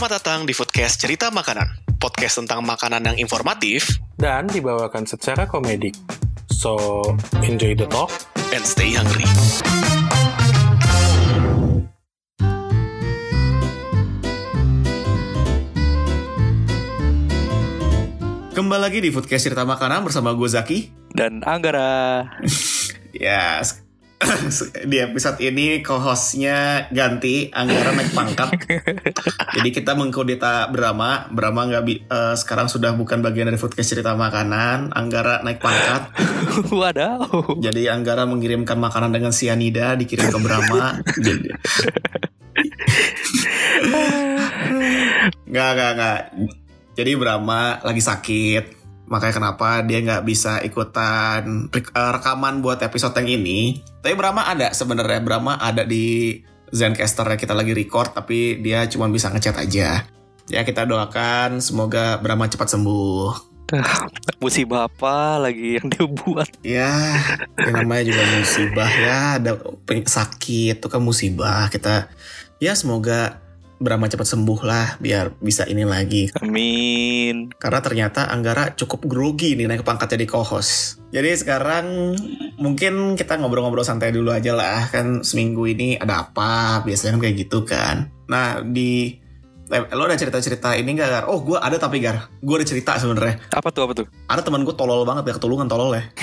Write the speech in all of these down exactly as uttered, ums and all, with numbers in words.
Selamat datang di Foodcast Cerita Makanan, podcast tentang makanan yang informatif dan dibawakan secara komedik. So, enjoy the talk and stay hungry. Kembali lagi di Foodcast Cerita Makanan bersama gue Zaki dan Anggara. Ya, di episode ini co-hostnya ganti, Anggara naik pangkat. Jadi kita mengkudeta Brahma. Brahma nggak bi- uh, sekarang sudah bukan bagian dari Foodcast Cerita Makanan. Anggara naik pangkat. Wadaw. Jadi Anggara mengirimkan makanan dengan sianida dikirim ke Brahma. Jadi nggak nggak nggak. Jadi Brahma lagi sakit. Makanya kenapa dia nggak bisa ikutan rekaman buat episode yang ini. Tapi Brahma ada sebenarnya. Brahma ada di Zencastr yang kita lagi record. Tapi dia cuma bisa ngechat aja. Ya kita doakan semoga Brahma cepat sembuh. Musibah apa lagi yang dia buat? Ya, yang namanya juga musibah ya. Ada sakit itu kan musibah. Kita ya semoga Brahma cepat sembuh lah biar bisa ini lagi. Amin. Karena ternyata Anggara cukup grogi nih naik pangkat jadi co-host. Jadi sekarang mungkin kita ngobrol-ngobrol santai dulu aja lah. Kan seminggu ini ada apa? Biasanya kan kayak gitu kan. Nah di lo ada cerita-cerita ini gak Gar? Oh gue ada tapi Gar. Gue ada cerita sebenarnya. Apa tuh apa tuh? Ada teman gue tolol banget ya, ketulungan tolol ya.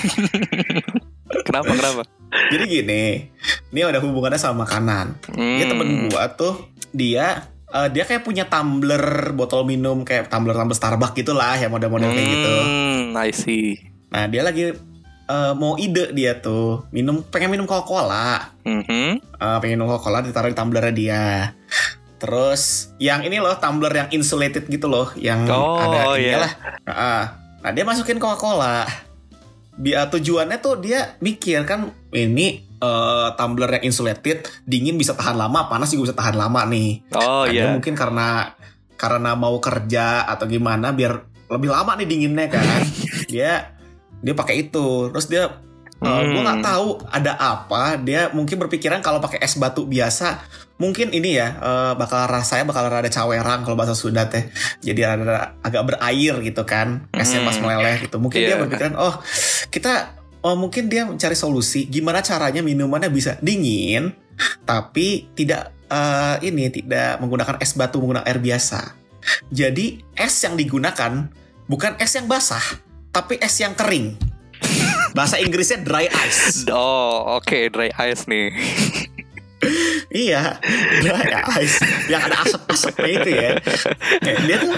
Kenapa kenapa? Jadi gini, ini ada hubungannya sama makanan. Hmm. Dia temen gue tuh, dia uh, dia kayak punya tumbler botol minum kayak tumbler-tumbler Starbucks gitulah, ya model-model hmm, kayak gitu. Hmm, I see. Nah dia lagi uh, mau ide dia tuh minum, pengen minum Coca-Cola. Mm-hmm. Uh, pengen minum Coca-Cola ditaruh di tumblernya dia. Terus yang ini loh tumbler yang insulated gitu loh, yang oh, ada ini yeah. lah. Uh, nah dia masukin Coca-Cola. Biar tujuannya tuh dia mikir kan ini uh, tumbler yang insulated, dingin bisa tahan lama, panas juga bisa tahan lama nih. Oh iya. Yeah. Mungkin karena karena mau kerja atau gimana biar lebih lama nih dinginnya kan. dia dia pakai itu. Terus dia uh, hmm. gue nggak tahu ada apa. Dia mungkin berpikiran kalau pakai es batu biasa mungkin ini ya uh, bakal rasanya bakal rada cawerang kalau bahasa Sunda teh. Jadi ada agak berair gitu kan. Esnya pas meleleh gitu. Mungkin yeah. dia berpikiran oh kita oh mungkin dia mencari solusi gimana caranya minumannya bisa dingin tapi tidak uh, ini tidak menggunakan es batu, menggunakan air biasa. Jadi es yang digunakan bukan es yang basah tapi es yang kering. Bahasa Inggrisnya dry ice. Oh oke okay, dry ice nih. Iya, dry ice yang ada asap-asapnya itu ya. Dia tuh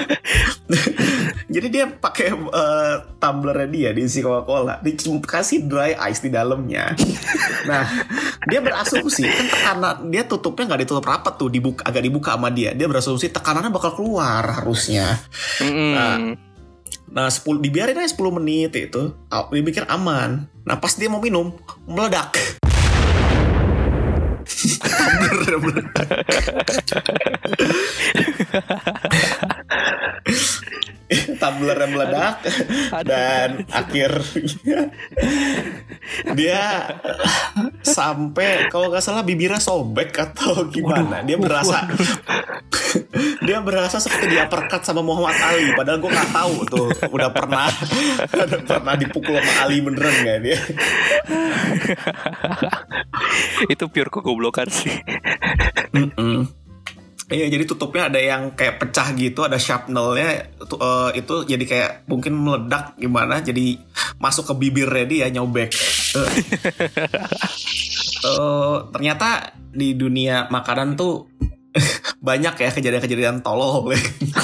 jadi dia pakai uh, tumblernya dia diisi Coca-Cola, dikasih dry ice di dalamnya. Nah, dia berasumsi kan tekanan dia tutupnya nggak ditutup rapat tuh, dibuka agak dibuka sama dia. Dia berasumsi tekanannya bakal keluar harusnya. Mm. Nah, nah sepuluh dibiarin aja sepuluh menit itu, dia pikir aman. Nah, pas dia mau minum meledak. Tumbler meledak. Tumblernya meledak dan akhirnya dia sampai kalau nggak salah bibirnya sobek atau gimana. Dia berasa dia berasa seperti dia uppercut sama Muhammad Ali. Padahal gue nggak tahu tuh udah pernah udah pernah dipukul sama Ali beneran nggak dia. Itu pure kegoblokan sih. Iya, jadi tutupnya ada yang kayak pecah gitu, ada shrapnelnya uh, itu jadi kayak mungkin meledak gimana, jadi masuk ke bibirnya dia nyobek. Uh. uh, ternyata di dunia makanan tuh banyak ya kejadian-kejadian tolol.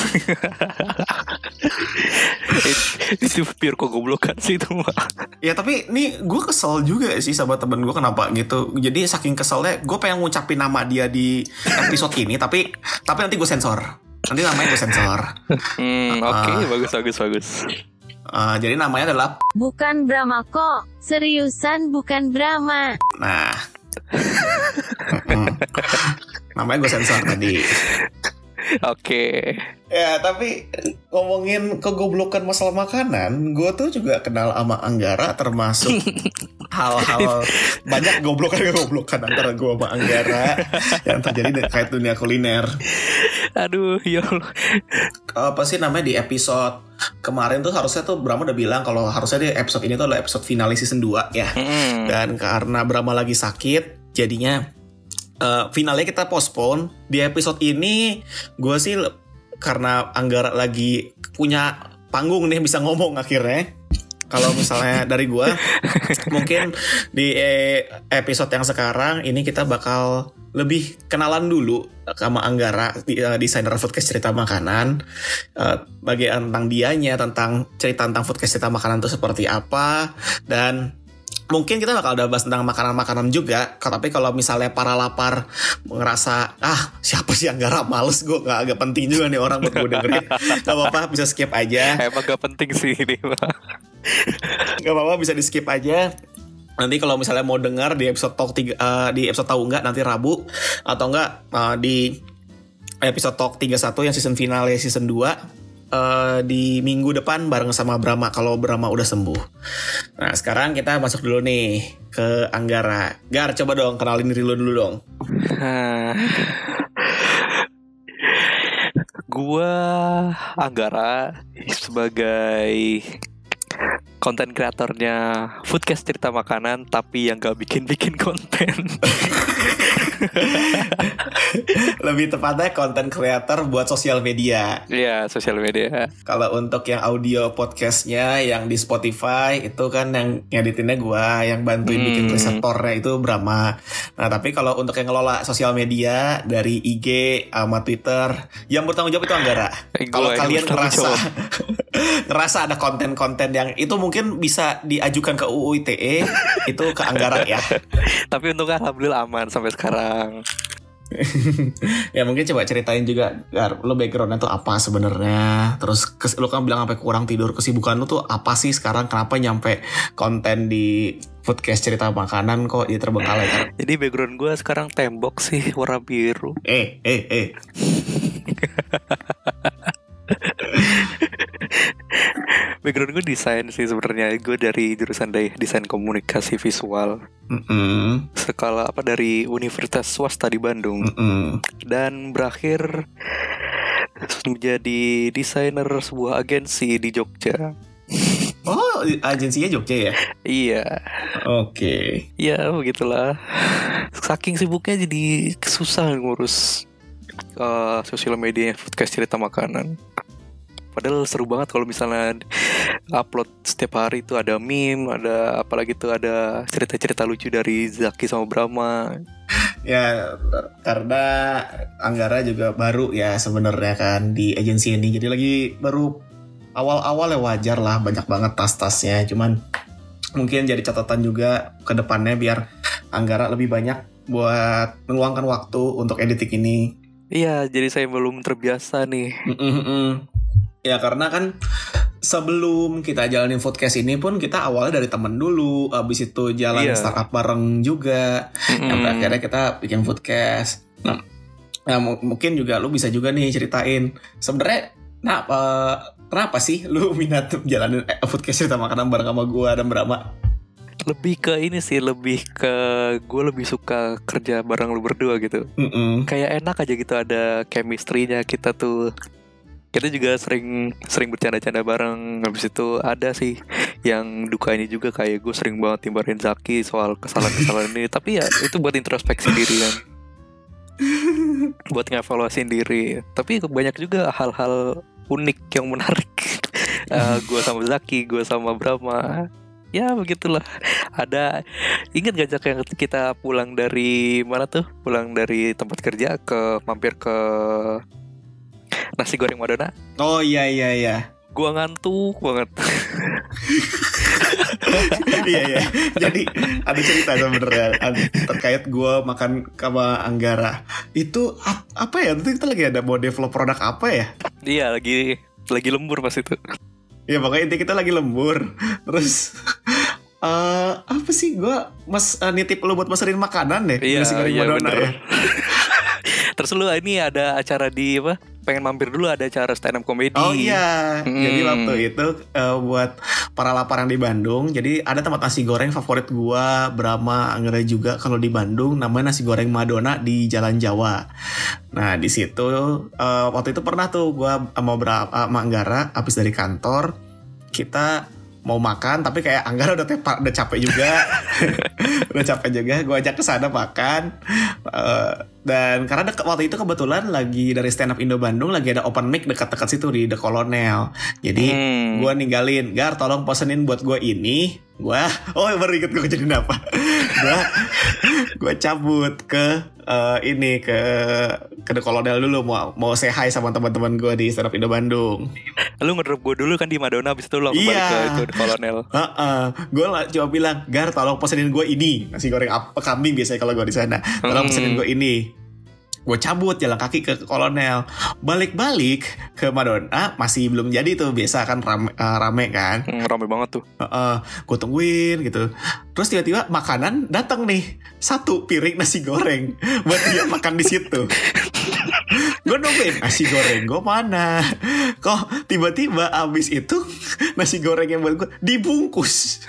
Itu pure kegoblokan sih itu mah. Ya tapi ini gue kesel juga sih sama temen gue kenapa gitu. Jadi saking keselnya gue pengen ngucapin nama dia di episode ini, tapi tapi nanti gue sensor. Nanti namanya gue sensor. Hmm, oke, okay. uh, bagus bagus bagus. Uh, jadi namanya adalah bukan Brahma kok. Seriusan bukan Brahma. Nah. Namanya gue sensor tadi. Oke. Ya tapi ngomongin kegoblokan masalah makanan, gue tuh juga kenal sama Anggara, termasuk hal-hal banyak goblokan-goblokan antara gue sama Anggara yang terjadi kait dunia kuliner. Aduh, ya Allah. Apa sih namanya di episode kemarin tuh harusnya tuh Brahma udah bilang kalau harusnya di episode ini tuh adalah episode finalis season dua ya. Mm. Dan karena Brahma lagi sakit, jadinya uh, finalnya kita postpone. Di episode ini gue sih karena Anggara lagi punya panggung nih, bisa ngomong akhirnya. Kalau misalnya dari gue, mungkin di episode yang sekarang ini kita bakal lebih kenalan dulu sama Anggara, desainer Foodcast Cerita Makanan, bagian tentang dianya, tentang cerita tentang Foodcast Cerita Makanan itu seperti apa, dan mungkin kita bakal udah bahas tentang makanan-makanan juga. Tapi kalau misalnya para lapar ngerasa ah siapa sih Anggara, males gue, gak agak penting juga nih orang buat gue dengerin, gak apa-apa, bisa skip aja. Emang gak penting sih ini. Gak apa-apa, bisa di skip aja. Nanti kalau misalnya mau dengar di episode talk tiga, uh, di episode tahu nggak nanti Rabu, atau enggak uh, di episode talk tiga puluh satu yang season finale season dua. Uh, di minggu depan bareng sama Brahma kalau Brahma udah sembuh. Nah sekarang kita masuk dulu nih ke Anggara. Gar, coba dong kenalin diri lu dulu dong. Gua Anggara sebagai konten kreatornya Foodcast Cerita Makanan, tapi yang gak bikin-bikin konten. Lebih tepatnya konten kreator buat sosial media. Iya, sosial media. Kalau untuk yang audio podcastnya yang di Spotify itu kan yang ngeditinnya gua, yang bantuin hmm. bikin reseptornya itu Brahma. Nah tapi kalau untuk yang ngelola sosial media dari I G sama Twitter, yang bertanggung jawab itu Anggara. Kalau kalian ngerasa ngerasa ada konten-konten yang itu mungkin bisa diajukan ke U U I T E, itu ke Anggara ya. Tapi untungnya alhamdulillah aman sampai sekarang. Ya mungkin coba ceritain juga Gar, lo backgroundnya tuh apa sebenarnya. Terus kes, lo kan bilang sampai kurang tidur, kesibukan lo tuh apa sih sekarang, kenapa nyampe konten di Foodcast Cerita Makanan kok dia terbengkalai kan? Jadi background gue sekarang tembok sih warna biru. Eh eh eh Background gue desain sih sebenarnya. Gue dari jurusan desain komunikasi visual. Mm-mm. Skala apa dari Universitas Swasta di Bandung. Mm-mm. Dan berakhir menjadi desainer sebuah agensi di Jogja. Oh, agensinya Jogja ya? Iya. Oke. Okay. Ya begitulah. Saking sibuknya jadi susah ngurus uh, sosial media Foodcast Cerita Makanan. Padahal seru banget kalau misalnya upload setiap hari itu ada meme, ada apalagi tuh ada cerita-cerita lucu dari Zaki sama Brahma. Ya karena Anggara juga baru ya sebenarnya kan di agensi ini, jadi lagi baru awal-awal ya, wajar lah banyak banget tas-tasnya. Cuman mungkin jadi catatan juga ke depannya biar Anggara lebih banyak buat meluangkan waktu untuk editing ini. Iya, jadi saya belum terbiasa nih. Mm-mm-mm. Ya karena kan sebelum kita jalanin podcast ini pun kita awalnya dari temen dulu, abis itu jalan yeah. startup bareng juga, mm-hmm. yang akhirnya kita bikin podcast. Nah, nah m- mungkin juga lu bisa juga nih ceritain sebenarnya, nah uh, kenapa sih lu minat jalanin podcast Cerita Makanan bareng sama gue dan Brahma? Lebih ke ini sih, lebih ke gue lebih suka kerja bareng lu berdua gitu. Mm-mm. Kayak enak aja gitu, ada chemistry-nya kita tuh. Kita juga sering sering bercanda-canda bareng. Habis itu ada sih yang duka ini juga, kayak gue sering banget timbarin Zaki soal kesalahan-kesalahan ini. Tapi ya itu buat introspeksi diri kan, buat ngevaluasi diri. Tapi banyak juga hal-hal unik yang menarik. uh, Gue sama Zaki, gue sama Brahma. Ya begitulah. Ada, ingat gak Jak yang kita pulang dari mana tuh? Pulang dari tempat kerja ke mampir ke Nasi Goreng Madonna. Oh iya iya iya. Gua ngantuk banget. Iya iya. Jadi ada cerita sebenarnya terkait gue makan sama Anggara. Itu apa ya? Itu kita lagi ada mau develop produk apa ya? Iya, lagi lagi lembur pas itu. Iya, pokoknya intinya kita lagi lembur. Terus uh, apa sih, gue mas uh, nitip lu buat pesenin makanan deh. Iya, Nasi Goreng iya Madonna bener. Ya. Terus lu ini ada acara di apa? pengen mampir dulu ada acara stand up comedy. Oh iya, hmm. jadi waktu itu uh, buat para lapar yang di Bandung, jadi ada tempat nasi goreng favorit gua, Brahma Anggara juga kalau di Bandung, namanya nasi goreng Madonna di Jalan Jawa. Nah di situ uh, waktu itu pernah tuh gua sama Bra- sama Anggara habis dari kantor, kita mau makan tapi kayak Anggara udah tepa, udah capek juga. Udah capek juga, gue ajak ke sana makan. Uh, dan karena deket, waktu itu kebetulan lagi dari stand up Indo Bandung lagi ada open mic dekat-dekat situ di The Colonel. Jadi hmm. gue ninggalin, Gar tolong pesenin buat gue ini. Gue, oh baru inget gue kejadian apa. Gue gue cabut ke uh, ini ke ke The Colonel dulu mau mau say hi sama teman-teman gue di stand up Indo Bandung. Lu ngedrop gue dulu kan di Madonna, abis itu lo kembali iya. ke itu The Colonel. Uh-uh. Gue coba bilang, Gar tolong pesenin gue ini nasi goreng apa kambing biasanya kalau gue di sana. Tolong hmm. pesenin gue ini. Gue cabut jalan kaki ke Kolonel, balik-balik ke Madonna masih belum jadi tuh, biasa kan rame, uh, rame kan, hmm, rame banget tuh. Uh-uh. Gue tungguin gitu, terus tiba-tiba makanan datang nih, satu piring nasi goreng buat dia makan di situ. Gue nungguin nasi goreng gue mana, kok tiba-tiba abis itu nasi goreng yang buat gue dibungkus.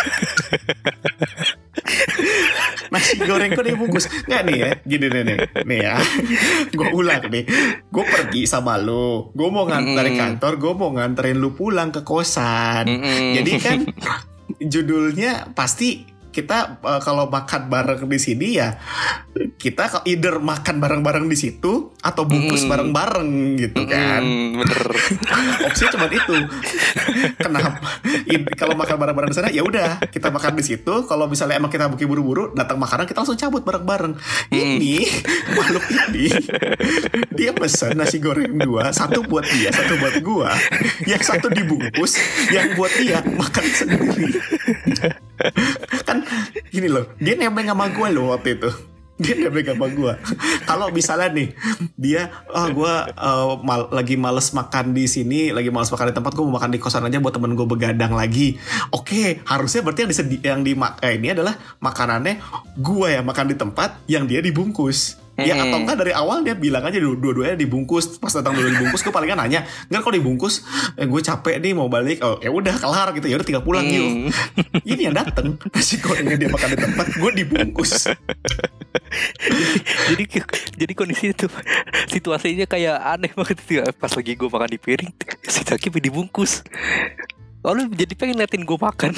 Nasi goreng kok dibungkus? Nggak nih ya, gini nih nih, nih ya. Gue ulang nih, gue pergi sama lu, gue mau nganter dari kantor, gue mau nganterin lu pulang ke kosan. Mm-mm. Jadi kan judulnya pasti kita uh, kalau makan bareng di sini ya kita either makan bareng-bareng di situ atau bungkus mm. bareng-bareng gitu kan. Mm, bener. Opsinya cuma itu. Kenapa? Kalau makan bareng-bareng di sana ya udah kita makan di situ. Kalau misalnya emang kita booking buru-buru datang makanan kita langsung cabut bareng-bareng. Mm. Ini makhluk ini dia pesan nasi goreng dua, satu buat dia, satu buat gua. Yang satu dibungkus, yang buat dia makan sendiri. Kan gini loh, dia nebeng sama gue loh waktu itu. Dia nebeng sama gue. Kalau misalnya nih dia, oh gue uh, mal, lagi males makan di sini, lagi males makan di tempat, gue mau makan di kosan aja buat temen gue begadang lagi. Oke, harusnya berarti yang disedi- yang di eh, ini adalah makanannya gue yang makan di tempat, yang dia dibungkus. Ya atau enggak dari awal dia bilang aja dua-duanya dibungkus. Pas datang dulu dibungkus, gue palingan nanya, enggak kok dibungkus? Eh gue capek nih mau balik. Oh ya udah kelar gitu, ya udah tinggal pulang mm. yuk. Ini yang dateng nasi gorengnya dia makan di tempat, gue dibungkus. jadi, jadi jadi kondisi itu situasinya kayak aneh banget itu. Pas lagi gue makan di piring, si Zaki dibungkus. Oh lu jadi pengen liatin gue makan.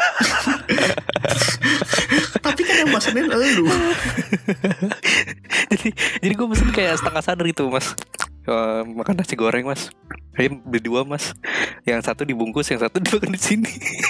Tapi kan yang pesenin elu. Jadi jadi gue pesen kayak setengah sadar gitu mas. Uh, makan nasi goreng mas. Ayo beli dua mas. Yang satu dibungkus, yang satu dimakan di sini.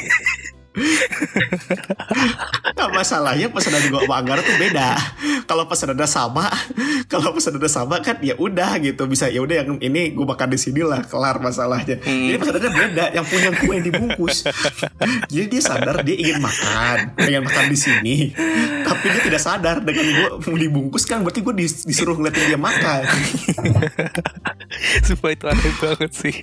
Nah, masalahnya pesanan gue sama Anggara tuh beda. Kalau pesanannya sama, kalau pesanannya sama kan ya udah gitu, bisa ya udah yang ini gue makan di sini lah, kelar masalahnya. Hmm. Jadi pesanannya beda, yang punya gue yang dibungkus. Jadi dia sadar dia ingin makan, pengen makan di sini, tapi dia tidak sadar dengan gue dibungkus kan berarti gue dis- disuruh ngeliatin dia makan. Supaya itu aneh banget sih.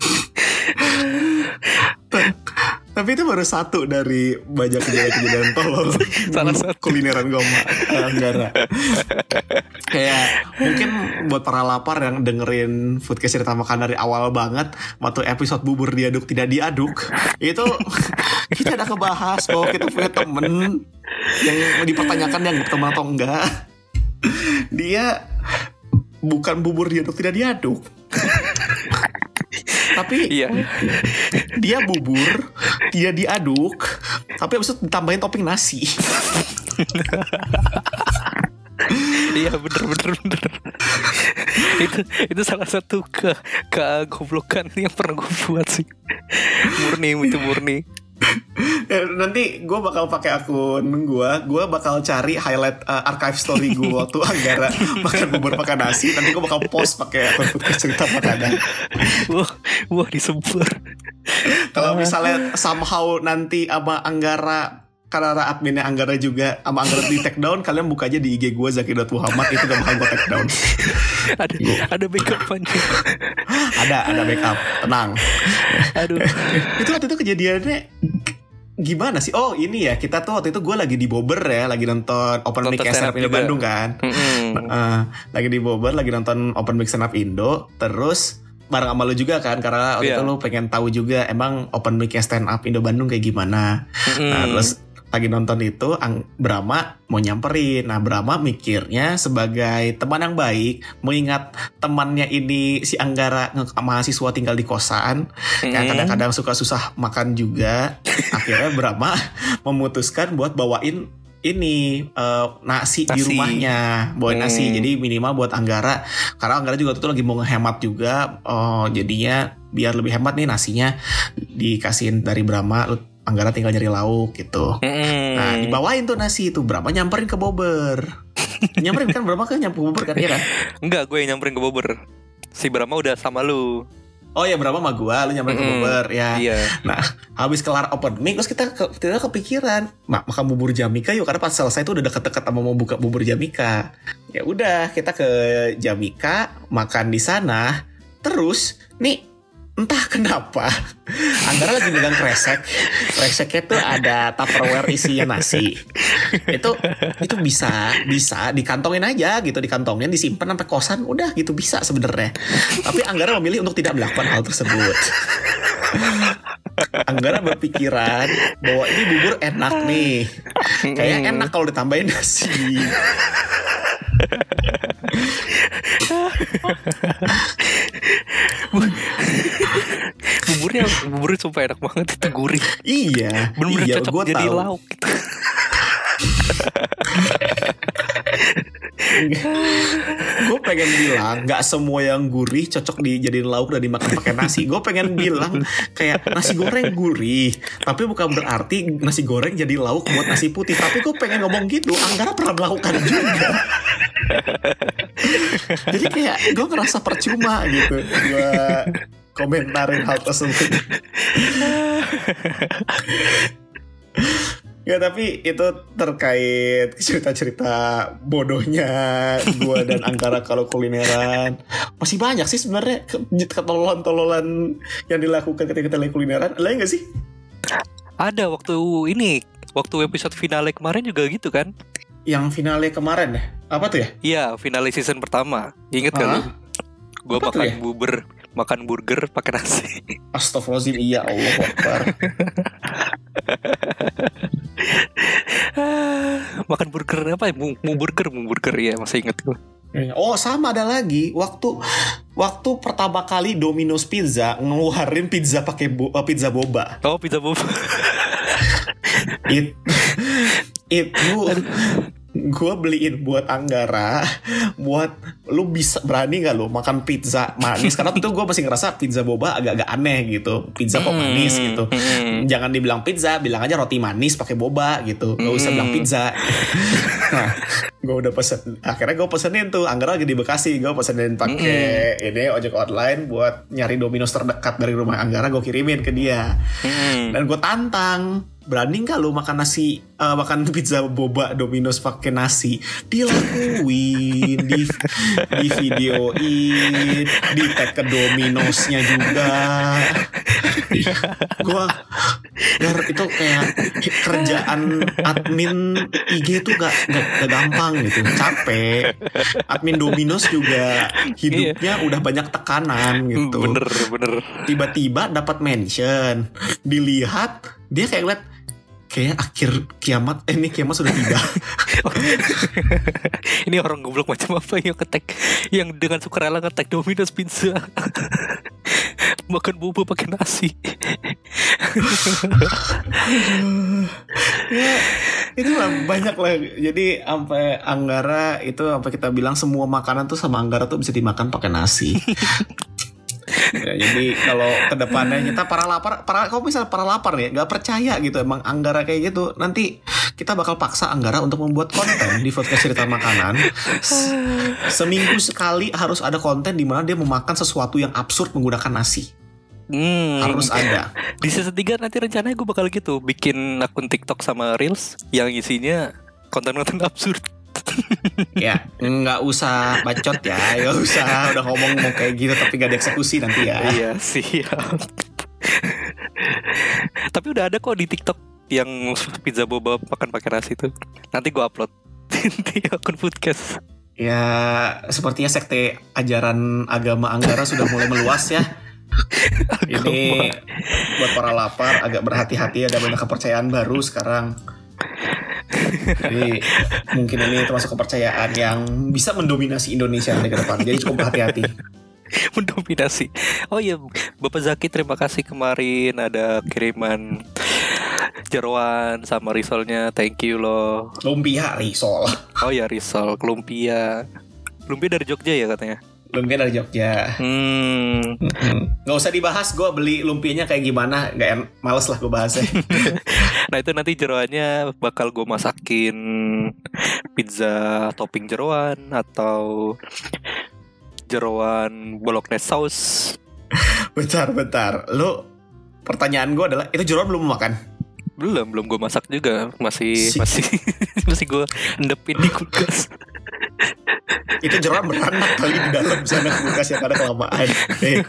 Tapi itu baru satu dari banyak kejadian-kejadian tolol salah satu kulineran gue sama Anggara. Kayak mungkin buat para lapar yang dengerin Foodcast cerita makan dari awal banget, waktu episode bubur diaduk tidak diaduk, itu kita udah ngebahas bahwa kita punya temen yang dipertanyakan yang teman atau enggak. Dia bukan bubur diaduk tidak diaduk, tapi iya. Dia bubur, dia diaduk, tapi abis itu ditambahin topping nasi. Iya bener bener bener. itu itu salah satu ke kegoblokan yang pernah gue buat sih. Murni itu murni. Nanti gue bakal pakai akun gue, gue bakal cari highlight uh, archive story gue waktu Anggara makan bubur pakai nasi. Nanti gue bakal post pakai akun Foodcast cerita makanan. Wah, wah disebar. Kalau misalnya somehow nanti sama Anggara, karena adminnya Anggara juga sama Anggara di take down, kalian buka aja di I G gue zaki dot muhammad, itu gak bakal gue take down. Ada ada backup-nya. Ada ada backup, tenang. Aduh. Itu waktu itu kejadiannya gimana sih? Oh ini ya, kita tuh waktu itu gue lagi di Bobber ya, lagi nonton Open Mic Stand Up Indo Bandung kan. Mm-hmm. Uh, lagi di Bobber, lagi nonton Open Mic Stand Up Indo. Terus bareng sama lu juga kan, karena waktu yeah. itu lu pengen tahu juga emang Open Mic Stand Up Indo Bandung kayak gimana. Mm-hmm. Nah terus lagi nonton itu, Brahma mau nyamperin. Nah Brahma mikirnya sebagai teman yang baik, mengingat temannya ini si Anggara mahasiswa tinggal di kosan, mm. yang kadang-kadang suka susah makan juga. Akhirnya Brahma memutuskan buat bawain ini uh, nasi, nasi di rumahnya, bawain hmm. nasi. Jadi minimal buat Anggara, karena Anggara juga tuh lagi mau ngehemat juga. Oh jadinya biar lebih hemat nih nasinya dikasihin dari Brahma. Anggara tinggal nyari lauk gitu. Mm. Nah dibawain tuh nasi itu, Brahma nyamperin ke Bobber. Nyamperin kan, Brahma kan nyamperin ke Bobber kan, iya kan? Enggak, gue yang nyamperin ke Bobber. Si Brahma udah sama lu. Oh ya, Brahma sama gue, lu nyamperin mm-hmm. ke Bobber ya. Iya. Nah habis kelar open mic, terus kita ke, kita kepikiran mak makan bubur Jamika yuk, karena pas selesai itu udah deket-deket sama mau buka bubur Jamika. Ya udah kita ke Jamika, makan di sana. Terus nih entah kenapa Anggara lagi megang kresek. Kreseknya tuh ada Tupperware isinya nasi. Itu itu bisa bisa dikantongin aja gitu, dikantongin, disimpan sampai kosan, udah gitu bisa sebenarnya. Tapi Anggara memilih untuk tidak melakukan hal tersebut. Anggara berpikiran bahwa ini bubur enak nih, kayaknya enak kalau ditambahin nasi. buburnya buburnya sumpah enak banget, itu gurih. Iya, bener-bener iya, cocok jadi tahu. Lauk gitu. Gue pengen bilang nggak semua yang gurih cocok dijadiin lauk dan dimakan pakai nasi. Gue pengen bilang kayak nasi goreng gurih, tapi bukan berarti nasi goreng jadi lauk buat nasi putih. Tapi gue pengen ngomong gitu, Anggara pernah melakukan juga. Jadi kayak gue ngerasa percuma gitu gue komentarin hal tersebut. Ya tapi itu terkait cerita-cerita bodohnya gue dan Anggara kalau kulineran. Masih banyak sih sebenarnya ketololan-tololan yang dilakukan ketika kita lagi kulineran. Ada nggak sih? Ada waktu ini, waktu episode finale kemarin juga gitu kan? Yang finale kemarin ya? Apa tuh ya? Iya, finale season pertama. Ingat kan lu? Gue makan ya? bubur, makan burger pakai nasi. Astagfirullahaladzim, iya Allah Akbar. Makan burger apa ya? Mu, mu burger, mu burger ya, masih inget gue. Oh sama ada lagi waktu waktu pertama kali Domino's Pizza ngeluarin pizza pakai bo, uh, pizza boba. Oh pizza boba. It, itu gue beliin buat Anggara, buat lu bisa berani nggak lu makan pizza manis, karena itu gue masih ngerasa pizza boba agak-agak aneh gitu, pizza kok manis gitu. Jangan dibilang pizza, bilang aja roti manis pakai boba gitu, nggak usah bilang pizza. Nah gue udah pesen, akhirnya gue pesenin tuh, Anggara lagi di Bekasi, gue pesenin pakai ini ojek online buat nyari Domino's terdekat dari rumah Anggara, gue kirimin ke dia. Dan gue tantang, berani nggak lu makan nasi, uh, makan pizza boba Domino's pakai nasi? Dilakuin, di di videoin, di tag ke Domino's-nya juga. Gue itu kayak kerjaan admin I G tuh gak, gak, gak gampang gitu, capek. Admin Domino's juga hidupnya iya. udah banyak tekanan gitu. Bener bener. Tiba-tiba dapat mention, dilihat dia kayak ngeliat kayak akhir kiamat, eh ini kiamat sudah tiba. Ini orang goblok macam apa yang ngetek, yang dengan sukarela ngetek Domino's Pizza. Makan boba pakai nasi. Ya, itu lah banyak lah. Jadi sampai Anggara itu sampai kita bilang semua makanan tuh sama Anggara tuh bisa dimakan pakai nasi. Ya, jadi kalau kedepannya kita para lapar, para kalau misalnya para lapar ya, nggak percaya gitu emang Anggara kayak gitu, nanti kita bakal paksa Anggara untuk membuat konten di podcast cerita makanan. Seminggu sekali harus ada konten di mana dia memakan sesuatu yang absurd menggunakan nasi. Hmm, harus ada. Di season tiga nanti rencananya gue bakal gitu, bikin akun TikTok sama Reels yang isinya konten-konten absurd. Ya nggak usah bacot ya, nggak usah udah ngomong mau kayak gitu tapi nggak dieksekusi nanti ya. Iya siap. Tapi udah ada kok di TikTok yang pizza boba makan pakai nasi itu. Nanti gue upload di akun podcast. Ya, sepertinya sekte ajaran agama Anggara sudah mulai meluas ya. Ini buat para lapar agak berhati-hati, ada banyak kepercayaan baru sekarang. Jadi mungkin ini termasuk kepercayaan yang bisa mendominasi Indonesia nanti ke depan. Jadi cukup hati-hati. Mendominasi. Oh iya, Bapak Zaki terima kasih kemarin ada kiriman jeroan sama risolnya, thank you loh. Lumpia risol. Oh ya risol, lumpia. Lumpia dari Jogja ya katanya. Lumpia dari Jogja. Hmm. Gak usah dibahas, gue beli lumpianya kayak gimana, gak en- males lah gue bahasnya. Nah itu nanti jeroannya bakal gue masakin pizza topping jeroan atau jeroan bolognese sauce. Bentar, bentar. Lu, pertanyaan gue adalah, itu jeroan belum makan? Belum, belum gue masak juga. Masih, Si- masih, masih gue endepin di kulkas. Itu jeroan beranak kali di dalam sana kulkas yang ada kelamaan. Eh,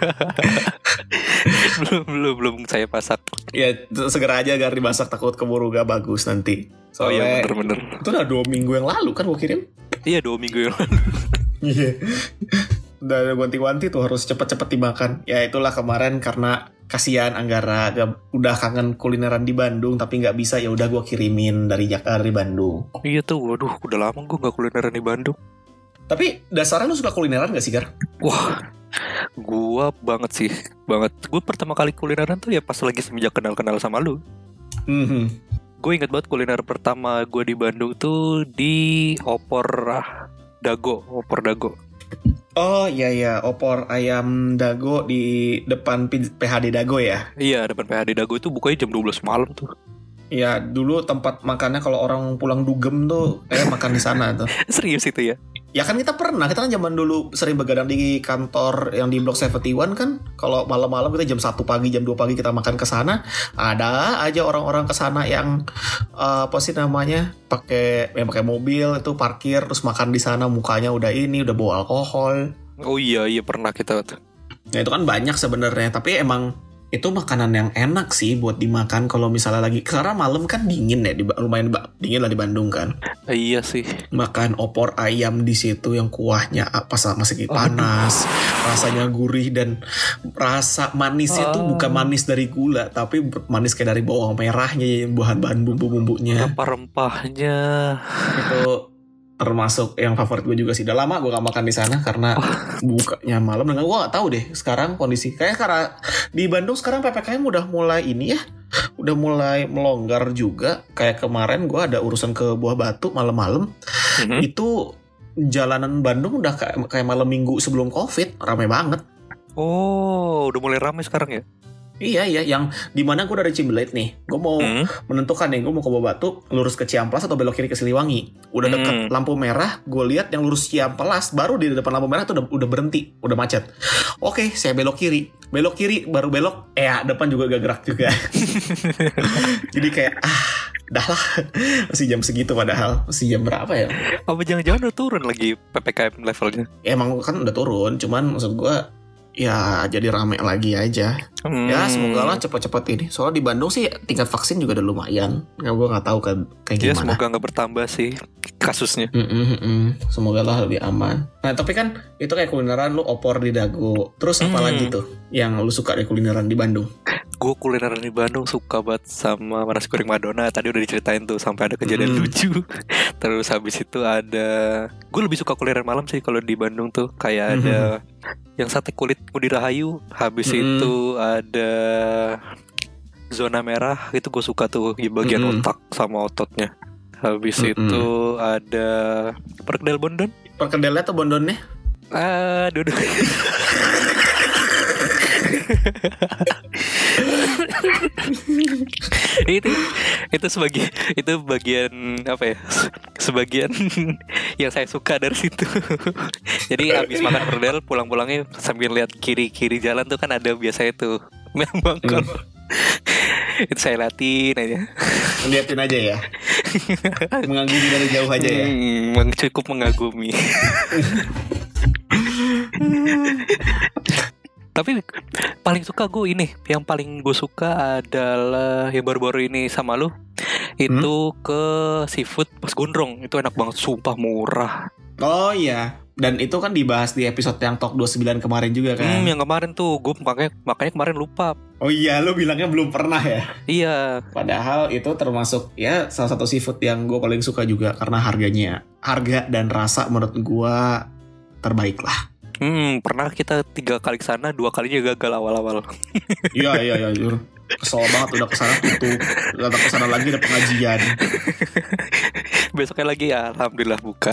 belum, belum, belum saya masak. ya segera aja agar dimasak, takut keburu gak bagus nanti. Oh iya Soalnya bener-bener. itu udah dua minggu yang lalu kan gue kirim. Iya dua minggu yang lalu. Iya. Udah ada wanti-wanti tuh harus cepet-cepet dimakan. Ya itulah kemarin karena kasihan Anggara gak, udah kangen kulineran di Bandung tapi nggak bisa, ya udah gue kirimin dari Jakarta, dari Bandung. Iya tuh, waduh udah lama gue gak kulineran di Bandung. Tapi dasarnya lu suka kulineran gak sih, Gar? Wah, gua banget sih, banget. Gue pertama kali kulineran tuh ya pas lagi semenjak kenal-kenal sama lu. Mm-hmm. Gue ingat banget kuliner pertama gue di Bandung tuh di Opor Dago, Opor Dago. Oh iya iya, opor ayam dago di depan P H D Dago ya. Iya, depan P H D Dago itu bukanya jam dua belas malam tuh. Iya, dulu tempat makannya kalau orang pulang dugem tuh kayak makan di sana tuh. Serius itu ya? Ya kan kita pernah, kita kan zaman dulu sering begadang di kantor yang di Blok tujuh puluh satu kan. Kalau malam-malam kita jam satu pagi, jam dua pagi kita makan ke sana. Ada aja orang-orang ke sana yang uh, apa sih namanya? pakai yang pakai mobil itu parkir terus makan di sana, mukanya udah ini udah bawa alkohol. Oh iya, iya pernah kita tuh. Nah, itu kan banyak sebenarnya, tapi emang itu makanan yang enak sih buat dimakan kalau misalnya lagi, karena malam kan dingin ya, di, lumayan dingin lah di Bandung kan. Eh, iya sih. Makan opor ayam di situ yang kuahnya apa sama masih panas, oh, rasanya gurih dan rasa manisnya itu oh. bukan manis dari gula, tapi manis kayak dari bawang merahnya, bahan-bahan bumbu-bumbunya, rempah-rempahnya. Itu termasuk yang favorit gue juga sih. Udah lama gue gak makan di sana karena bukanya malam. Dan gue gak tahu deh sekarang kondisi kayak karena di Bandung sekarang P P K M udah mulai ini ya, udah mulai melonggar juga. Kayak kemarin gue ada urusan ke Buah Batu malam-malam. Mm-hmm. Itu jalanan Bandung udah kayak, kayak malam minggu sebelum Covid, ramai banget. Oh, udah mulai ramai sekarang ya? Iya iya, yang dimana gue dari Cimbeleit nih, gue mau hmm. menentukan nih, gue mau ke Buah Batu, lurus ke Ciamplas atau belok kiri ke Siliwangi. Udah deket hmm. lampu merah, gue lihat yang lurus Ciamplas, baru di depan lampu merah tuh udah, udah berhenti, udah macet. Oke, saya belok kiri, belok kiri, baru belok, eh ya, depan juga gak gerak juga. Jadi kayak ah, dah lah, masih jam segitu padahal, masih jam berapa ya? Apa jangan-jangan udah turun lagi P P K M levelnya? Ya, emang kan udah turun, cuman maksud gue ya jadi rame lagi aja. hmm. Ya semoga lah cepat-cepat ini. Soalnya di Bandung sih tingkat vaksin juga udah lumayan. Ya, gue nggak tahu kan kayak ya, gimana. Semoga nggak bertambah sih kasusnya. Mm-mm-mm. Semoga lah lebih aman. Nah tapi kan itu kayak kulineran lu opor di Dago. Terus apa hmm. lagi tuh yang lu suka dari kulineran di Bandung? Gue kulineran di Bandung suka banget sama nasi goreng Madonna. Tadi udah diceritain tuh sampai ada kejadian hmm. lucu. Terus habis itu ada, gue lebih suka kulineran malam sih kalau di Bandung tuh. Kayak ada hmm. yang sate kulit Ngudi Rahayu. Habis hmm. itu ada zona merah. Itu gue suka tuh di bagian hmm. otak sama ototnya. Habis hmm. itu ada perkedel Bondon. Perkedelnya atau Bondonnya? Ah, duduk. itu itu sebagai itu bagian apa ya, sebagian yang saya suka dari situ. Jadi habis makan perkedel pulang-pulangnya sambil lihat kiri-kiri jalan tuh kan ada biasa itu memang kalau hmm. itu saya liatin aja, liatin aja ya, mengagumi dari jauh aja ya, hmm, cukup mengagumi. Tapi pas paling suka gue ini, yang paling gue suka adalah yang baru-baru ini sama lu. Itu hmm? ke seafood Mas Gondrong. Itu enak banget, sumpah murah. Oh iya. Dan itu kan dibahas di episode yang Talk dua puluh sembilan kemarin juga kan. Hmm, yang kemarin tuh gue makanya, makanya kemarin lupa. Oh iya, lu bilangnya belum pernah ya? Iya. Padahal itu termasuk ya salah satu seafood yang gue paling suka juga. Karena harganya, harga dan rasa menurut gue terbaik lah. Hmm, pernah kita tiga kali kesana, dua kalinya gagal awal-awal. Iya, iya, iya. Kesel banget udah kesana tutup. Udah kesana lagi ada pengajian. Besoknya lagi ya, alhamdulillah buka.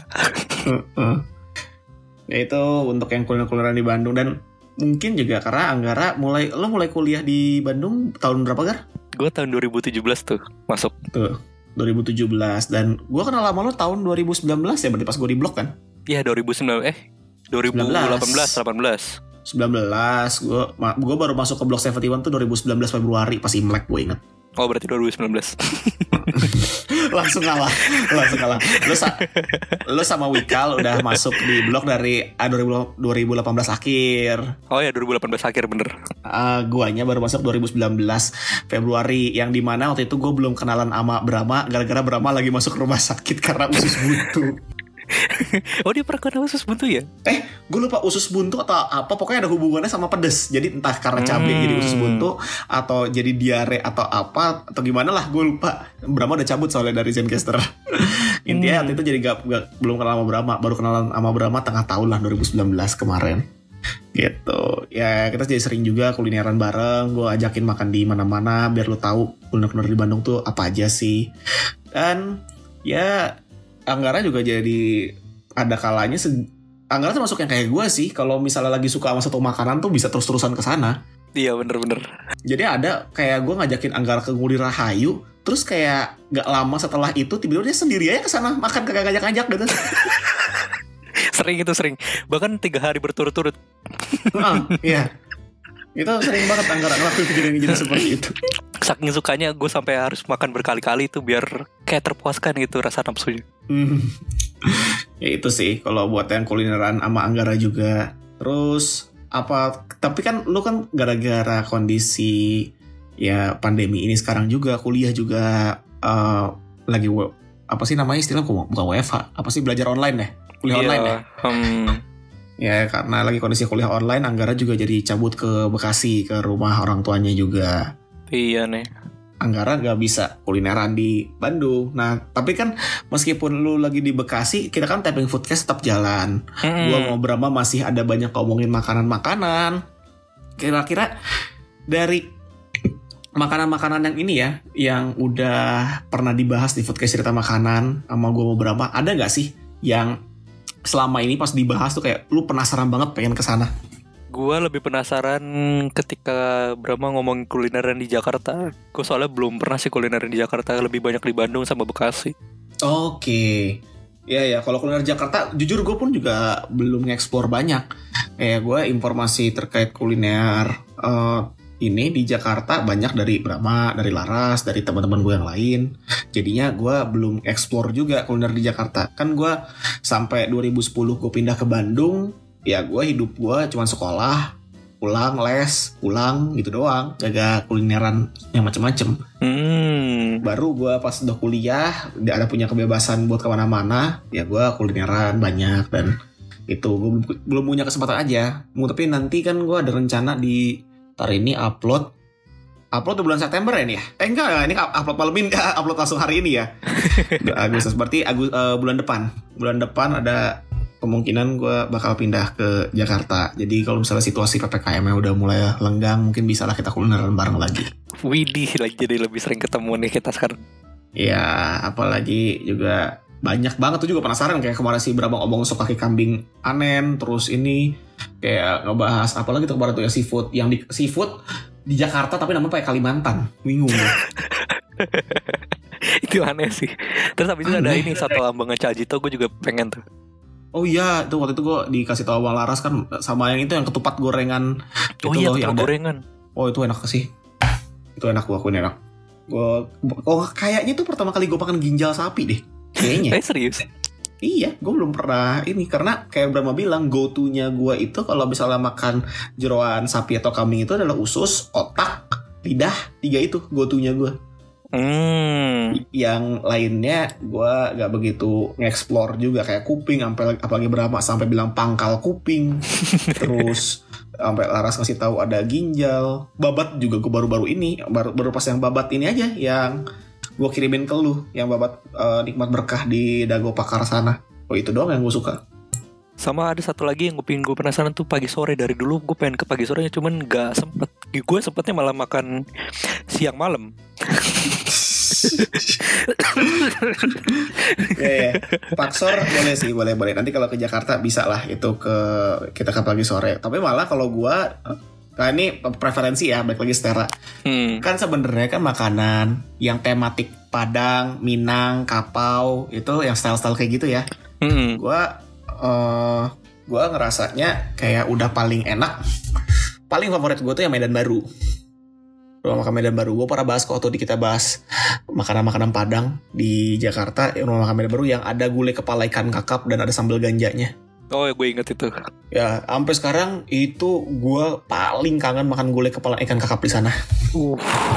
Ya itu untuk yang kuliner-kulineran di Bandung. Dan mungkin juga karena Anggara mulai, lo mulai kuliah di Bandung tahun berapa, Gar? Gue tahun dua ribu tujuh belas tuh masuk. Tuh, dua ribu tujuh belas. Dan gue kenal sama lo tahun dua ribu sembilan belas ya, berarti pas gue di blog kan? Iya, dua ribu sembilan belas. Eh, dua ribu delapan belas. delapan belas. sembilan belas. Gue gue baru masuk ke blog tujuh puluh satu tuh dua ribu sembilan belas Februari pas Imlek, gue ingat. Oh, berarti dua ribu sembilan belas. Langsung kalah. Langsung kalah. Lu, sa- lu sama Wikal udah masuk di blog dari ah, dua ribu delapan belas akhir. Oh ya, dua ribu delapan belas akhir bener. Uh, guanya baru masuk dua ribu sembilan belas Februari. Yang dimana waktu itu gue belum kenalan sama Brahma. Gara-gara Brahma lagi masuk rumah sakit karena usus buntu. Oh, dia pernah kena usus buntu ya? Eh, gue lupa usus buntu atau apa. Pokoknya ada hubungannya sama pedes. Jadi entah karena cabai hmm. jadi usus buntu, atau jadi diare atau apa, atau gimana lah, gue lupa. Brahma udah cabut soalnya dari Zencaster. Intinya hmm. itu jadi gak, gak, belum kenal sama Brahma. Baru kenalan sama Brahma tengah tahun lah, dua ribu sembilan belas kemarin. Gitu. Ya kita jadi sering juga kulineran bareng. Gue ajakin makan di mana-mana biar lo tahu kuliner-kuliner di Bandung tuh apa aja sih. Dan ya Anggara juga jadi ada kalanya se- Anggara termasuk yang kayak gue sih. Kalau misalnya lagi suka sama satu makanan tuh bisa terus-terusan ke sana. Iya, bener-bener. Jadi ada kayak gue ngajakin Anggara ke Nguri Rahayu, terus kayak gak lama setelah itu tiba-tiba dia sendiri aja ke sana makan, kagak ngajak-ngajak gitu. Sering itu sering. Bahkan tiga hari berturut-turut. Nah, iya. Itu sering banget Anggara ngelakuin kejadian-kejadian seperti itu. Saking sukanya gue sampai harus makan berkali-kali itu biar kayak terpuaskan gitu rasa nafsunya. Hmm. Ya itu sih kalau buat yang kulineran sama Anggara juga. Terus apa? Tapi kan lu kan gara-gara kondisi ya pandemi ini sekarang juga kuliah juga uh, lagi w- apa sih namanya istilah bukan W F H, apa sih belajar online ya? Kuliah yeah, online ya. Um... Ya karena lagi kondisi kuliah online, Anggara juga jadi cabut ke Bekasi ke rumah orang tuanya juga. Iya nih. Anggara gak bisa kulineran di Bandung. Nah tapi kan meskipun lu lagi di Bekasi, kita kan tapping foodcast tetap jalan. Mm. Gua mau Brahma masih ada banyak ngomongin makanan-makanan. Kira-kira dari makanan-makanan yang ini ya, yang udah pernah dibahas di foodcast cerita makanan sama gua mau Brahma, ada gak sih yang selama ini pas dibahas tuh kayak lu penasaran banget pengen kesana? Gue lebih penasaran ketika Brahma ngomong kulineran di Jakarta. Gue soalnya belum pernah sih kulineran di Jakarta, lebih banyak di Bandung sama Bekasi. Oke. Ya ya, kalau kuliner Jakarta jujur gue pun juga belum ngeksplor banyak. Kayak gue informasi terkait kuliner uh, ini di Jakarta banyak dari Brahma, dari Laras, dari teman-teman gue yang lain. Jadinya gue belum eksplor juga kuliner di Jakarta. Kan gue sampai dua ribu sepuluh gue pindah ke Bandung. Ya gue hidup gue cuma sekolah, pulang, les, pulang gitu doang. Gak kulineran yang macem-macem. Hmm. Baru gue pas udah kuliah, udah ada punya kebebasan buat kemana-mana. Ya gue kulineran banyak. Dan itu gue belum punya kesempatan aja. Tapi nanti kan gue ada rencana di ntar ini upload upload di bulan September ya nih ya? Eh enggak, ini upload malam ini, upload langsung hari ini ya. Agustus, berarti Agus, uh, bulan depan. Bulan depan ada kemungkinan gue bakal pindah ke Jakarta. Jadi kalau misalnya situasi P P K M-nya udah mulai lenggang, mungkin bisa lah kita kulineran bareng lagi. Widih, lagi jadi lebih sering ketemu nih kita sekarang. Ya, apalagi juga banyak banget tuh juga penasaran. Kayak kemarin si Brahma ngomong sop kaki kambing anen, terus ini kayak ngebahas apalagi tuh kemarin tuh ya seafood yang di seafood di Jakarta tapi namanya pakai Kalimantan. Bingung. Itu aneh sih. Terus habis itu ada ini satu lambangan Cajito, gue juga pengen tuh. Oh iya, itu waktu itu gue dikasih tahu sama Laras kan sama yang itu yang ketupat gorengan. Oh itu iya, loh, ketupat yang gorengan. Oh itu enak sih. Itu enak, gue akuin enak. Gue, oh kayaknya tuh pertama kali gue makan ginjal sapi deh. Kayaknya. Eh serius? Iya, gue belum pernah ini karena kayak Brahma bilang go to-nya gue itu kalau misalnya makan jeroan sapi atau kambing itu adalah usus, otak, lidah, tiga itu go to-nya gue. Hmm. Yang lainnya gue gak begitu nge-explore juga kayak kuping, sampai apalagi Brahma sampai bilang pangkal kuping, terus sampai Laras ngasih tahu ada ginjal, babat juga gue baru-baru ini, baru baru pas yang babat ini aja yang gue kirimin ke lu yang babat uh, nikmat berkah di Dago Pakar sana. Oh itu doang yang gue suka. Sama ada satu lagi yang gue pengen gue penasaran tuh pagi sore. Dari dulu gue pengen ke pagi sorenya cuman gak sempet. Gue sempetnya malah makan siang malam. Ya ya, Paksor boleh sih, boleh boleh. Nanti kalau ke Jakarta bisa lah itu ke kita ke pagi sore. Tapi malah kalau gue, nah ini preferensi ya, balik lagi Stera. Hmm. Kan sebenarnya kan makanan yang tematik Padang, Minang, Kapau itu yang style-style kayak gitu ya. Hmm. Gue, uh, gue ngerasanya kayak udah paling enak. Paling favorit gue tuh yang Medan Baru. Rumah makan Medan Baru. Gue pernah bahas kok tuh di kita bahas makanan-makanan Padang di Jakarta. Rumah makan Medan Baru yang ada gulai kepala ikan kakap dan ada sambal ganjanya. Oh ya gue inget itu. Ya sampai sekarang itu gue paling kangen makan gulai kepala ikan kakap di sana. Uh.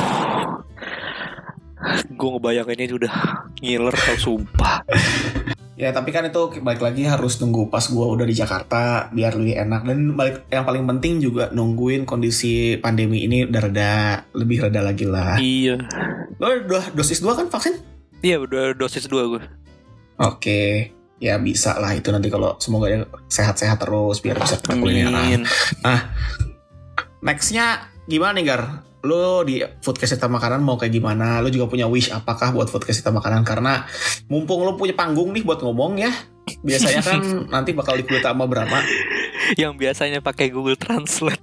Gue ngebayanginnya udah ngiler tau sumpah. Ya tapi kan itu balik lagi harus nunggu pas gue udah di Jakarta biar lebih enak. Dan balik, yang paling penting juga nungguin kondisi pandemi ini udah reda, lebih reda lagi lah. Iya. Lo udah dosis dua kan vaksin? Iya udah dosis dua gue. Oke. Ya bisa lah itu nanti kalau semoga dia sehat-sehat terus biar bisa kita kulineran. Nah, nextnya gimana nih Gar? Lo di Foodcast Cerita Makanan mau kayak gimana? Lo juga punya wish apakah buat Foodcast Cerita Makanan? Karena mumpung lo punya panggung nih buat ngomong ya. Biasanya kan nanti bakal dikulit sama Brahma. Yang biasanya pakai Google Translate.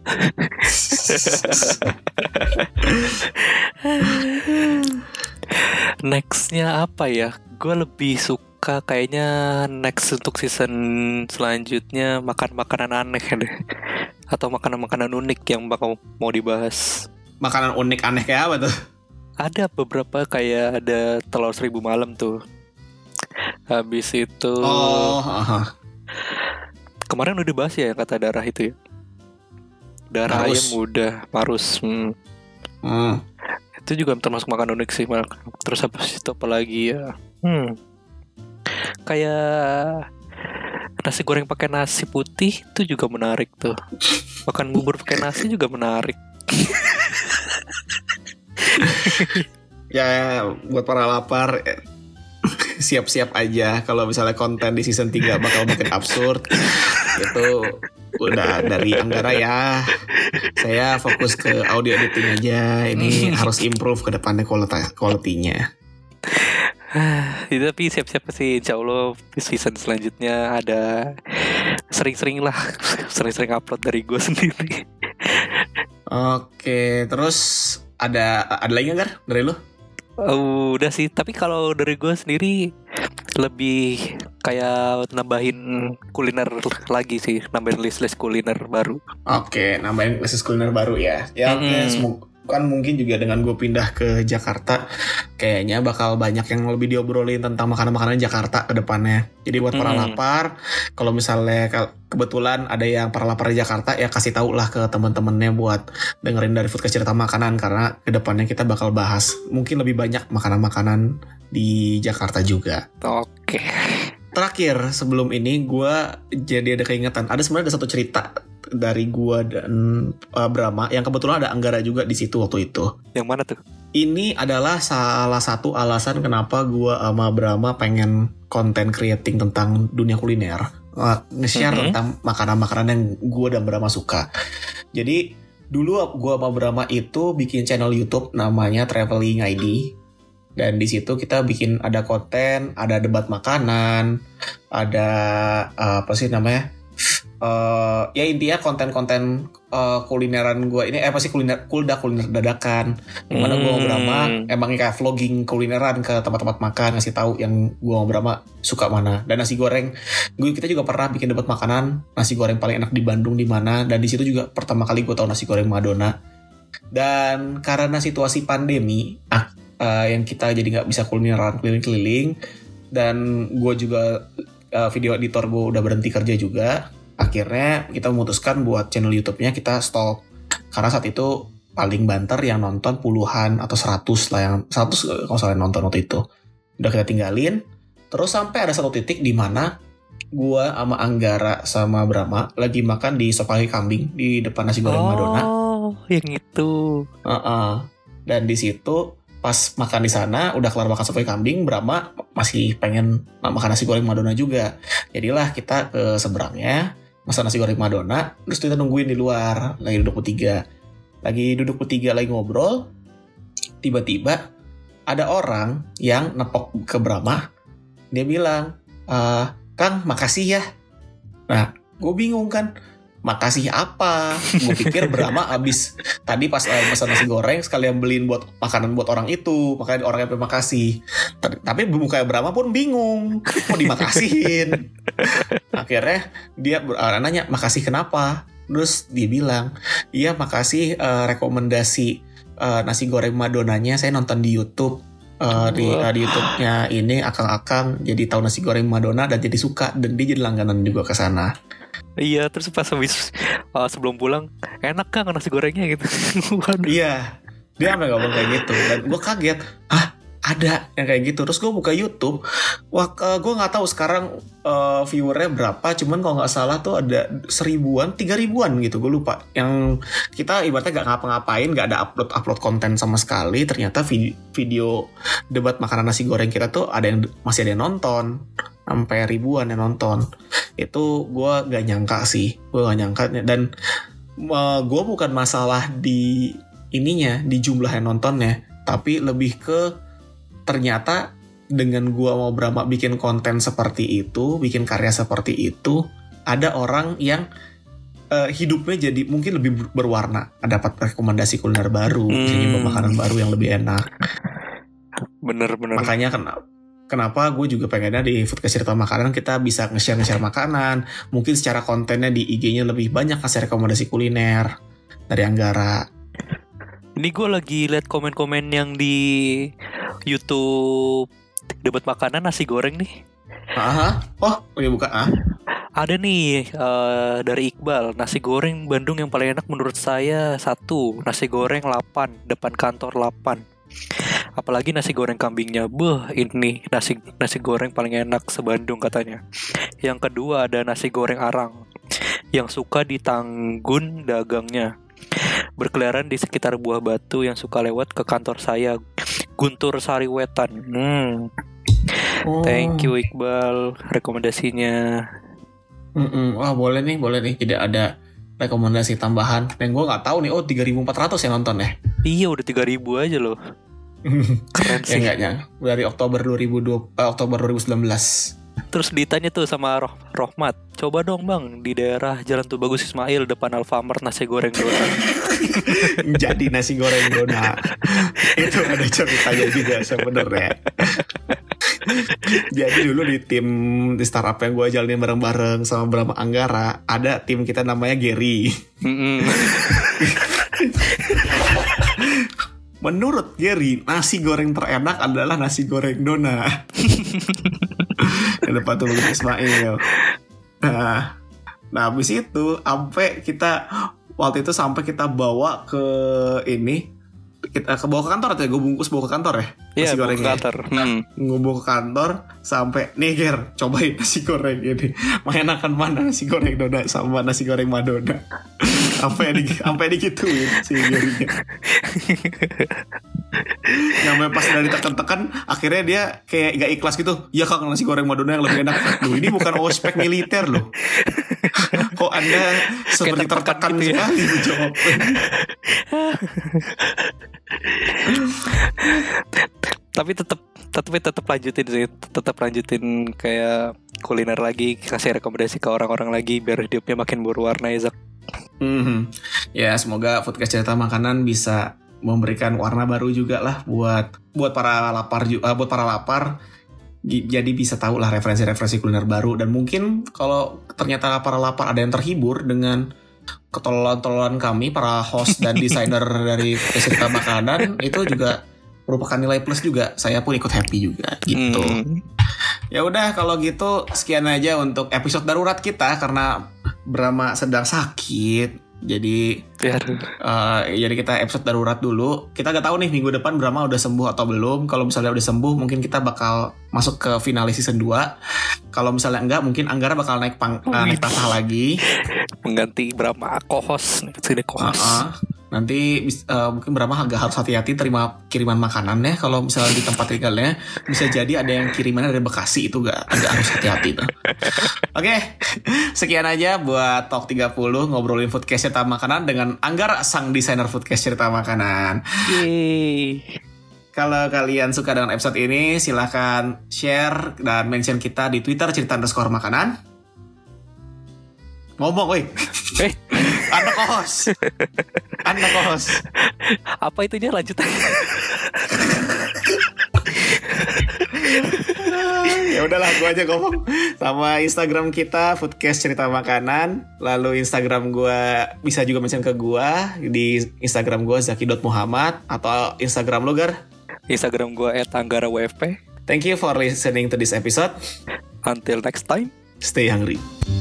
Nextnya apa ya? Gue lebih suka kayaknya next untuk season selanjutnya makan makanan aneh deh, atau makanan-makanan unik yang bakal mau dibahas. Makanan unik aneh kayak apa tuh? Ada beberapa kayak ada telur seribu malam tuh. Habis itu oh, uh-huh. Kemarin udah dibahas ya yang kata darah itu ya. Darah ayam udah parus. Hmm. Hmm. Itu juga termasuk makan unik sih. Terus habis itu apa lagi ya? Hmm. Kayak nasi goreng pakai nasi putih itu juga menarik tuh. Makan bubur pakai nasi juga menarik. Ya buat para lapar siap-siap aja kalau misalnya konten di season tiga bakal makin absurd. Itu udah dari Anggara ya. Saya fokus ke audio editing aja. Ini harus improve ke depannya quality-nya. Tapi siap-siap sih, insya Allah season selanjutnya ada sering-sering lah, sering-sering upload dari gue sendiri. Oke, terus ada ada lagi nggak dari lo? Uh, udah sih, tapi kalau dari gue sendiri lebih kayak nambahin kuliner lagi sih, nambahin list-list kuliner baru. Oke, nambahin list kuliner baru ya. Ya oke, mm-hmm. semoga kan mungkin juga dengan gue pindah ke Jakarta kayaknya bakal banyak yang lebih diobrolin tentang makanan-makanan Jakarta ke depannya. Jadi buat para hmm. lapar, kalau misalnya kebetulan ada yang para lapar di Jakarta ya kasih tahu lah ke teman-temannya buat dengerin dari Foodcast Cerita Makanan karena ke depannya kita bakal bahas mungkin lebih banyak makanan-makanan di Jakarta juga. Oke. Terakhir sebelum ini gue jadi ada keingetan. Ada sebenarnya ada satu cerita dari gue dan uh, Brahma yang kebetulan ada Anggara juga di situ waktu itu. Yang mana tuh? Ini adalah salah satu alasan kenapa gue sama Brahma pengen konten creating tentang dunia kuliner, uh, nge-share mm-hmm. tentang makanan-makanan yang gue dan Brahma suka. Jadi dulu gue sama Brahma itu bikin channel YouTube namanya Traveling I D. Dan di situ kita bikin ada konten, ada debat makanan, ada uh, apa sih namanya? Uh, ya intinya konten-konten uh, kulineran gue ini eh apa sih kuliner kulda kuliner dadakan. Yang mana gue sama Brahma emang kayak vlogging kulineran ke tempat-tempat makan, ngasih tahu yang gue sama Brahma suka mana. Dan nasi goreng, gue kita juga pernah bikin debat makanan nasi goreng paling enak di Bandung di mana. Dan di situ juga pertama kali gue tahu nasi goreng Madonna. Dan karena situasi pandemi, ah, Uh, yang kita jadi nggak bisa kulineran keliling-keliling, dan gue juga uh, video editor gue udah berhenti kerja juga. Akhirnya kita memutuskan buat channel YouTube-nya kita stop karena saat itu paling banter yang nonton puluhan atau seratus lah, yang seratus kalau salah nonton waktu itu. Udah kita tinggalin. Terus sampai ada satu titik di mana gue sama Anggara sama Brahma lagi makan di sop kaki kambing di depan nasi goreng oh, Madonna. Oh, yang itu. Uh-uh. Dan di situ pas makan di sana udah kelar makan sop kaki kambing, Brahma masih pengen makan nasi goreng Madonna juga. Jadilah kita ke seberangnya masak nasi goreng Madonna, terus kita nungguin di luar lagi duduk bertiga. Lagi duduk bertiga lagi ngobrol, tiba-tiba ada orang yang nepok ke Brahma. Dia bilang, e, Kang, makasih ya. Nah, gue bingung kan, makasih apa? Gue pikir Brahma abis tadi pas uh, pesan nasi goreng sekalian beliin buat makanan buat orang itu, makanya orang yang makasih. Tapi mukanya Brahma pun bingung, mau dimakasihin. Akhirnya dia uh, nanya, makasih kenapa? Terus dia bilang, iya makasih uh, rekomendasi uh, nasi goreng Madonnanya saya nonton di YouTube. Uh, di, uh, di YouTube-nya ini akang-akang jadi tahu nasi goreng Madonna dan jadi suka, dan dia jadi langganan juga ke sana. Iya, terus pas habis uh, sebelum pulang, enak kan nasi gorengnya gitu. Iya, dia sampai ngomong kayak gitu dan gue kaget, ah ada yang kayak gitu. Terus gue buka YouTube, wah uh, gue nggak tahu sekarang uh, viewernya berapa, cuman kalau nggak salah tuh ada seribuan, tiga ribuan gitu, gue lupa. Yang kita ibaratnya nggak ngapa-ngapain, nggak ada upload upload konten sama sekali, ternyata video, video debat makanan nasi goreng kita tuh ada yang masih ada yang nonton, sampai ribuan yang nonton. Itu gue nggak nyangka sih, gue nggak nyangka. Dan uh, gue bukan masalah di ininya, di jumlah yang nontonnya, tapi lebih ke ternyata dengan gua mau Brahma bikin konten seperti itu, bikin karya seperti itu, ada orang yang uh, hidupnya jadi mungkin lebih berwarna, dapat rekomendasi kuliner baru, hmm. bisa nyoba makanan baru yang lebih enak. Bener-bener. Makanya kenapa kenapa gue juga pengennya di Foodcast Cerita Makanan kita bisa nge-share nge-share makanan, mungkin secara kontennya di I G-nya lebih banyak kasih rekomendasi kuliner dari Anggara. Ini gue lagi liat komen-komen yang di YouTube debat makanan nasi goreng nih. Aha. Oh, oh ya buka ah. Ada nih uh, dari Iqbal, nasi goreng Bandung yang paling enak menurut saya satu, nasi goreng Lapan, depan kantor Lapan. Apalagi nasi goreng kambingnya, beuh ini nasi nasi goreng paling enak se-Bandung katanya. Yang kedua ada nasi goreng Arang, yang suka di Tanggun dagangnya. Berkeliaran di sekitar Buah Batu yang suka lewat ke kantor saya, Guntur Sariwetan. Hmm. Oh. Thank you Iqbal rekomendasinya. Mm-mm. Wah boleh nih, boleh nih. Tidak ada rekomendasi tambahan. Dan gue nggak tahu nih. Oh tiga ribu empat ratus yang nonton ya? Iya udah tiga ribu aja loh. Keren sih. Ya enggaknya. Dari Oktober dua ribu dua puluh, uh, Oktober dua ribu sembilan belas. Terus ditanya tuh sama Roh, Rohmat, coba dong bang di daerah Jalan Tubagus Ismail depan Alfamart nasi goreng Dona. Jadi nasi goreng Dona itu ada ceritanya juga sebenarnya. Jadi dulu di tim di startup yang gue jalanin bareng-bareng sama Brahma Anggara, ada tim kita namanya Gary. Menurut Gary, nasi goreng terenak adalah nasi goreng Dona. Di depan Tubagus Ismail. Nah, nah habis itu sampai kita waktu itu sampai kita bawa ke ini, kita ke bawa ke kantor atau ya, gue bungkus bawa ke kantor ya. Iya, bawa ke kantor. Hmm. Gue bawa ke kantor sampai nih Ger, cobain nasi goreng ini. Mengenakan mana nasi goreng Dona sama nasi goreng Madonna. Sampai di sampai digituin si Gerinya. Sampai pas udah ditekan-tekan, akhirnya dia kayak gak ikhlas gitu. Ya Kang, nasi goreng Madonna yang lebih enak. Loh ini bukan ospek militer loh. Kok Anda seperti tertekan gitu ya? Sekali menjawab. Tapi tetap tapi tetap lanjutin sih, tetap lanjutin kayak kuliner lagi, kasih rekomendasi ke orang-orang lagi biar hidupnya makin berwarna ya Zak. Mm-hmm. Ya semoga Foodcast Cerita Makanan bisa memberikan warna baru juga lah buat buat para lapar uh, buat para lapar. Jadi bisa tahu lah referensi-referensi kuliner baru, dan mungkin kalau ternyata para lapar ada yang terhibur dengan ketololan-tololan kami para host dan desainer dari Foodcast Cerita Makanan, itu juga merupakan nilai plus juga. Saya pun ikut happy juga gitu. Hmm. Ya udah kalau gitu sekian aja untuk episode darurat kita karena Brahma sedang sakit. Jadi uh, jadi kita episode darurat dulu. Kita gak tahu nih minggu depan Brahma udah sembuh atau belum. Kalau misalnya udah sembuh mungkin kita bakal masuk ke finalis season dua. Kalau misalnya enggak mungkin Anggara bakal naik pang, uh, naik tahta lagi mengganti Brahma co-host. Sini co-host. Uh-uh. Nanti uh, mungkin Brahma agak harus hati-hati terima kiriman makanan ya. Kalau misalnya di tempat tinggalnya bisa jadi ada yang kirimannya dari Bekasi, itu gak, agak harus hati-hati tuh. Oke, okay. Sekian aja buat Talk tiga puluh ngobrolin foodcast cerita makanan dengan Anggara, sang desainer foodcast cerita makanan. Yeay. Kalau kalian suka dengan episode ini silahkan share dan mention kita di Twitter cerita underscore makanan. Ngomong woi. Eh Anda kohos. Anda kohos. Apa itunya lanjut aja. Ya udahlah, gue aja ngomong. Sama Instagram kita Foodcast Cerita Makanan. Lalu Instagram gue bisa juga mention ke gue di Instagram gue zaki dot muhammad. Atau Instagram lo Gar? Instagram gue et anggara w f p. Thank you for listening to this episode. Until next time, stay hungry.